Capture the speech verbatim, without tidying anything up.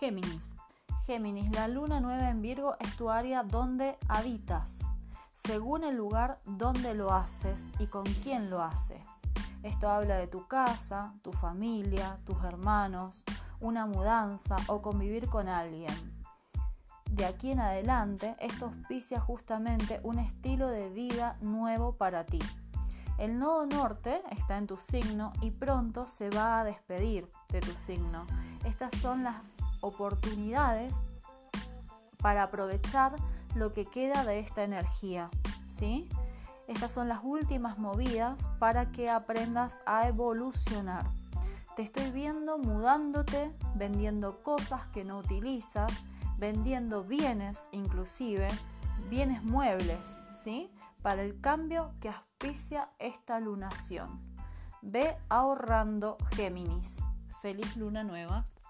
Géminis. Géminis, la luna nueva en Virgo es tu área donde habitas, según el lugar donde lo haces y con quién lo haces. Esto habla de tu casa, tu familia, tus hermanos, una mudanza o convivir con alguien. De aquí en adelante, esto auspicia justamente un estilo de vida nuevo para ti. El nodo norte está en tu signo y pronto se va a despedir de tu signo. Estas son las oportunidades para aprovechar lo que queda de esta energía, ¿sí? Estas son las últimas movidas para que aprendas a evolucionar. Te estoy viendo mudándote, vendiendo cosas que no utilizas, vendiendo bienes inclusive, bienes muebles, ¿sí? Para el cambio que auspicia esta lunación. Ve ahorrando, Géminis. Feliz luna nueva.